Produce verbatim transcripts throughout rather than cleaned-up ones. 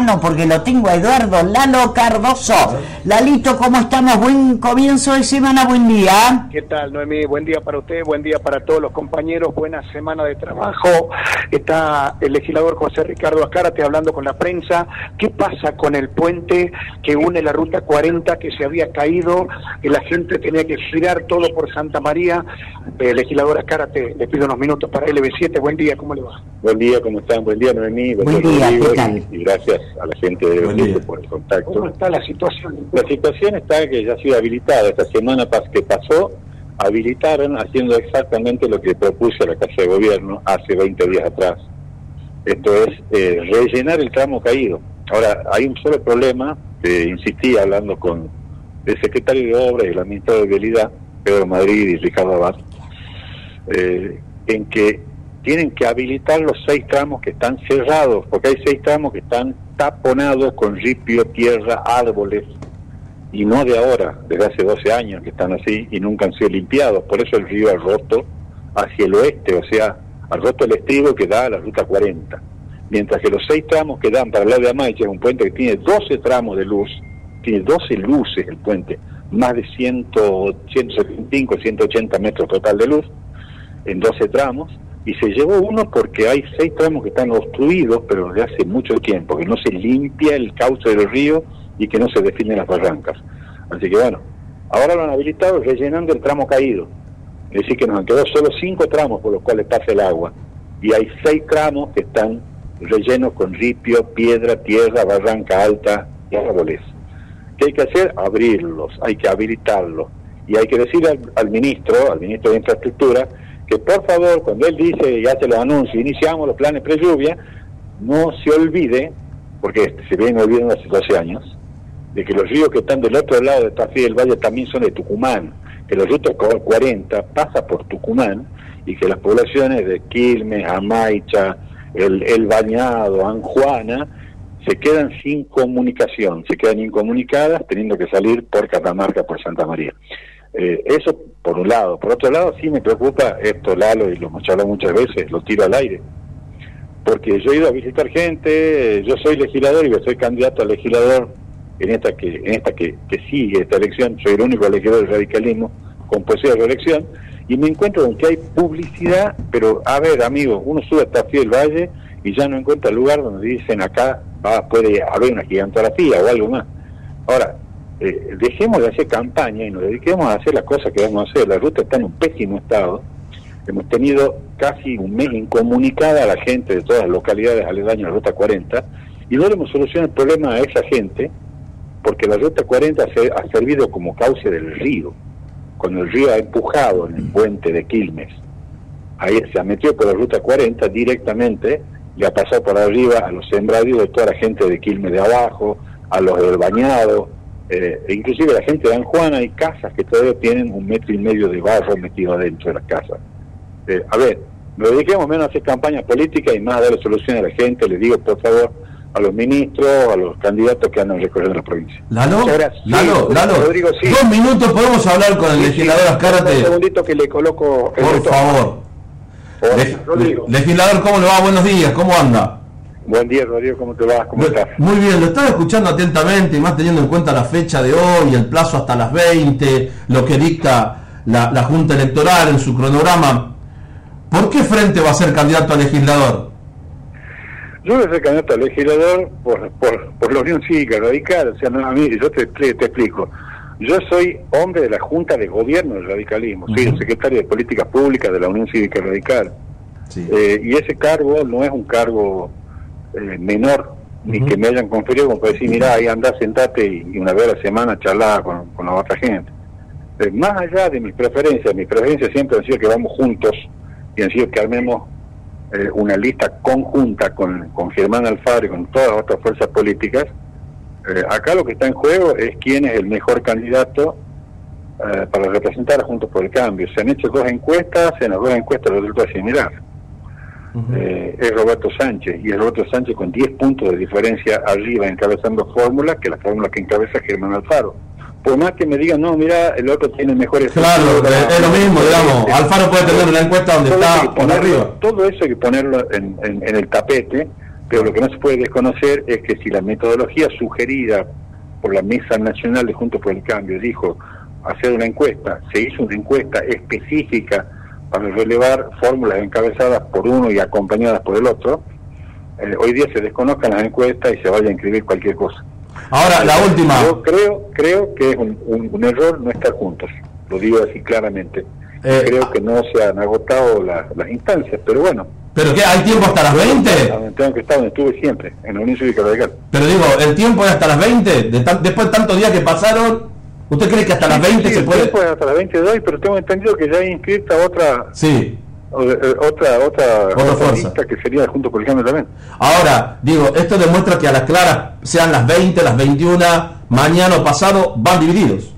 mano porque lo tengo a Eduardo Lalo Cardoso. Lalito, ¿cómo estamos? Buen comienzo de semana, buen día. ¿Qué tal, Noemí? Buen día para usted, buen día para todos los compañeros, buena semana de trabajo. Está el legislador José Ricardo Azcárate hablando con la prensa. ¿Qué pasa con el puente que une la ruta cuarenta que se había caído, que la gente tenía que girar todo por Santa María? Eh, legislador Azcárate, le pido unos minutos para L B siete. Buen día, ¿cómo le va? Buen día, ¿cómo están? Buen día, Noemí. Buen, buen día, ¿qué tal? Y, y gracias a la gente de L B siete por el contacto. ¿Cómo está la situación? La situación está que ya ha sido habilitada. Esta semana que pasó, habilitaron haciendo exactamente lo que propuse a la Casa de Gobierno hace veinte días atrás. Esto es eh, rellenar el tramo caído. Ahora, hay un solo problema, que insistí hablando con el secretario de Obras y el administrador de Vialidad, Pedro Madrid y Ricardo Abad, eh, en que tienen que habilitar los seis tramos que están cerrados, porque hay seis tramos que están taponados con ripio, tierra, árboles, y no de ahora, desde hace doce años que están así y nunca han sido limpiados. Por eso el río ha roto hacia el oeste, o sea, ha roto el estribo que da a la ruta cuarenta. Mientras que los seis tramos que dan para el lado de Amaiche, es un puente que tiene doce tramos de luz, tiene doce luces el puente, más de ciento setenta y cinco, ciento ochenta metros total de luz, en doce tramos, y se llevó uno porque hay seis tramos que están obstruidos, pero desde hace mucho tiempo, que no se limpia el cauce del río y que no se definen las barrancas. Así que bueno, ahora lo han habilitado rellenando el tramo caído. Es decir, que nos han quedado solo cinco tramos por los cuales pasa el agua, y hay seis tramos que están rellenos con ripio, piedra, tierra, barranca alta y árboles. ¿Qué hay que hacer? Abrirlos, hay que habilitarlos. Y hay que decir al, al ministro, al ministro de Infraestructura, que por favor, cuando él dice y hace los anuncios, iniciamos los planes pre-lluvia, no se olvide, porque se viene olvidando hace doce años, de que los ríos que están del otro lado de Tafí del Valle también son de Tucumán, que la ruta cuarenta pasa por Tucumán y que las poblaciones de Quilmes, Amaicha, el, el Bañado, Anjuana, se quedan sin comunicación, se quedan incomunicadas teniendo que salir por Catamarca, por Santa María. Eh, eso por un lado. Por otro lado, sí me preocupa esto, Lalo, y lo hemos hablado muchas veces, lo tiro al aire. Porque yo he ido a visitar gente, yo soy legislador y soy candidato a legislador en esta que en esta que, que sigue esta elección, soy el único legislador del radicalismo con posibilidad de reelección, y me encuentro con que hay publicidad, pero a ver, amigo, uno sube hasta Tafí del Valle y ya no encuentra lugar donde dicen acá va, puede haber una gigantografía o algo más. Ahora, eh, dejemos de hacer campaña y nos dediquemos a hacer las cosas que vamos a hacer. La ruta está en un pésimo estado. Hemos tenido casi un mes incomunicada a la gente de todas las localidades aledañas a la ruta cuarenta, y no le hemos solucionado el problema a esa gente, porque la ruta cuarenta se, ha servido como cauce del río. Cuando el río ha empujado en el puente de Quilmes, ahí se ha metido por la ruta cuarenta directamente, le ha pasado por arriba a los sembradíos de toda la gente de Quilmes de abajo, a los del Bañado, eh, e inclusive la gente de Anjuana. Hay casas que todavía tienen un metro y medio de barro metido adentro de las casas. Eh, a ver, nos dediquemos menos a hacer campaña política y más a darle soluciones a la gente. Les digo, por favor, a los ministros, a los candidatos que andan recorriendo la provincia. Lalo, Lalo, sí, Lalo, Rodrigo, sí. Dos minutos podemos hablar con el sí, legislador sí, Azcárate. Un segundito que le coloco el por botón. favor. Hola, Rodrigo. Legislador, ¿cómo le va? Buenos días, ¿cómo anda? Buen día, Rodrigo, ¿cómo te vas? ¿Cómo estás? Muy bien, lo estaba escuchando atentamente y más teniendo en cuenta la fecha de hoy, el plazo hasta las veinte, lo que dicta la, la Junta Electoral en su cronograma. ¿Por qué Frente va a ser candidato a legislador? Yo voy a ser candidato a legislador por, por, por la Unión Cívica Radical. O sea, no, a mí, yo te, te, te explico. Yo soy hombre de la Junta de Gobierno del radicalismo, soy uh-huh. el secretario de Políticas Públicas de la Unión Cívica Radical. Sí. Eh, y ese cargo no es un cargo eh, menor, uh-huh. ni que me hayan conferido como para decir, mirá, ahí andá, sentate y, y una vez a la semana charlá con, con la otra gente. Eh, más allá de mis preferencias, mis preferencias siempre han sido que vamos juntos y han sido que armemos eh, una lista conjunta con, con Germán Alfaro y con todas las otras fuerzas políticas. Eh, acá lo que está en juego es quién es el mejor candidato eh, para representar a Juntos por el Cambio. Se han hecho dos encuestas, en las dos encuestas resulta similar. Uh-huh. eh, es Roberto Sánchez, y es Roberto Sánchez con diez puntos de diferencia arriba encabezando fórmulas que la fórmula que encabeza Germán Alfaro. Por más que me digan, no, mira, el otro tiene mejores... Claro, es, es lo mismo, digamos, de, Alfaro puede tener una encuesta donde está por arriba. Todo eso hay que ponerlo en, en, en el tapete Pero lo que no se puede desconocer es que si la metodología sugerida por la Mesa Nacional de Juntos por el Cambio dijo hacer una encuesta, se hizo una encuesta específica para relevar fórmulas encabezadas por uno y acompañadas por el otro, eh, hoy día se desconozcan las encuestas y se vaya a inscribir cualquier cosa. Ahora, la última. Yo creo, creo que es un, un, un error no estar juntos, lo digo así claramente. Eh, creo que no se han agotado la, las instancias, pero bueno. ¿Pero qué? ¿Hay tiempo hasta las veinte? Tengo que estar donde estuve siempre, en la Unión Cívica Radical. Pero digo, ¿el tiempo es hasta las veinte? De tan, después de tantos días que pasaron, ¿usted cree que hasta las veinte sí, se puede? Sí, pues hasta las veinte de hoy, pero tengo entendido que ya hay inscrita otra... Sí. O, eh, otra otra, otra, otra fuerza lista que sería Junto por el Cambio también. Ahora, digo, esto demuestra que a las claras, sean las veinte, las veintiuna, mañana o pasado, van divididos.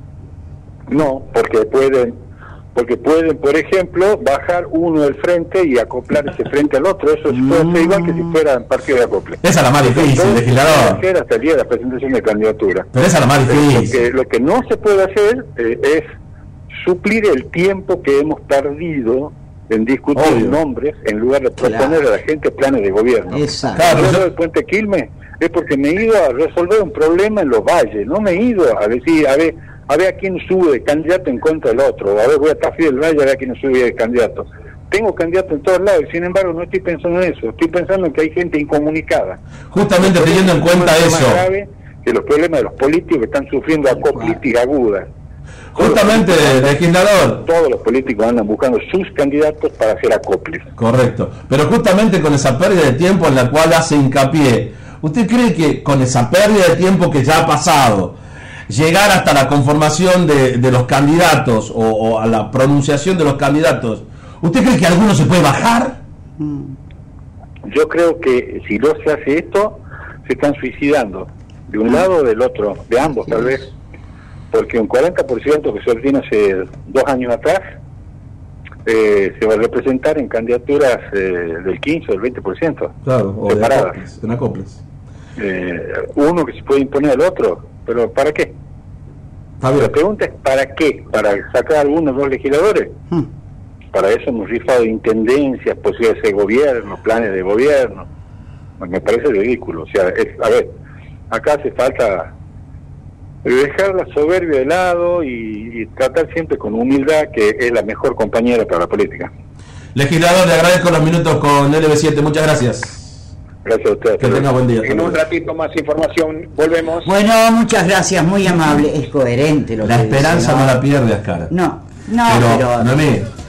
No, porque pueden, porque pueden, por ejemplo, bajar uno del frente y acoplar ese frente al otro. Eso se puede hacer igual que si fuera partido de acople. Esa es la más difícil, Entonces, legislador. hacer hasta el día de la presentación de candidatura. Pero esa es la más difícil. Lo que, lo que no se puede hacer eh, es suplir el tiempo que hemos perdido en discutir Obvio. nombres en lugar de proponer claro. a la gente planes de gobierno. Exacto. Claro, yo del Puente Quilmes es porque me he ido a resolver un problema en los valles, no me he ido a decir, a ver, a ver a quién sube de candidato en contra del otro, a ver, voy a Tafí del Valle a ver a quién sube de candidato. Tengo candidato en todos lados y sin embargo no estoy pensando en eso, estoy pensando en que hay gente incomunicada. Justamente teniendo en cuenta eso. Es más grave que los problemas de los políticos que están sufriendo acoplitis agudas. Justamente, legislador. Todos los políticos andan buscando sus candidatos para hacer acoples. Correcto. Pero justamente con esa pérdida de tiempo en la cual hace hincapié, ¿usted cree que con esa pérdida de tiempo que ya ha pasado, llegar hasta la conformación de, de los candidatos o, o a la pronunciación de los candidatos, ¿usted cree que alguno se puede bajar? Yo creo que si no se hace esto, se están suicidando, de un lado o del otro, de ambos tal vez. Porque un cuarenta por ciento que se obtiene hace dos años atrás eh, se va a representar en candidaturas eh, del quince o del veinte por ciento. Claro, o separadas. de acoples, en acoples. Eh, uno que se puede imponer al otro, pero ¿para qué? La pregunta es ¿para qué? ¿Para sacar a algunos dos legisladores? Hmm. Para eso hemos rifado intendencias, posibilidades de gobierno, planes de gobierno. Me parece ridículo. O sea, es, a ver, acá hace falta dejar la soberbia de lado y, y tratar siempre con humildad, que es la mejor compañera para la política. Legislador, le agradezco los minutos con L B siete, muchas gracias. Gracias a usted. Que tenga buen día. En un ratito más información, volvemos. Bueno, muchas gracias, muy amable, es coherente lo la que esperanza dice, ¿no? no la pierde, Ascara. No, no, pero, pero... Noemí,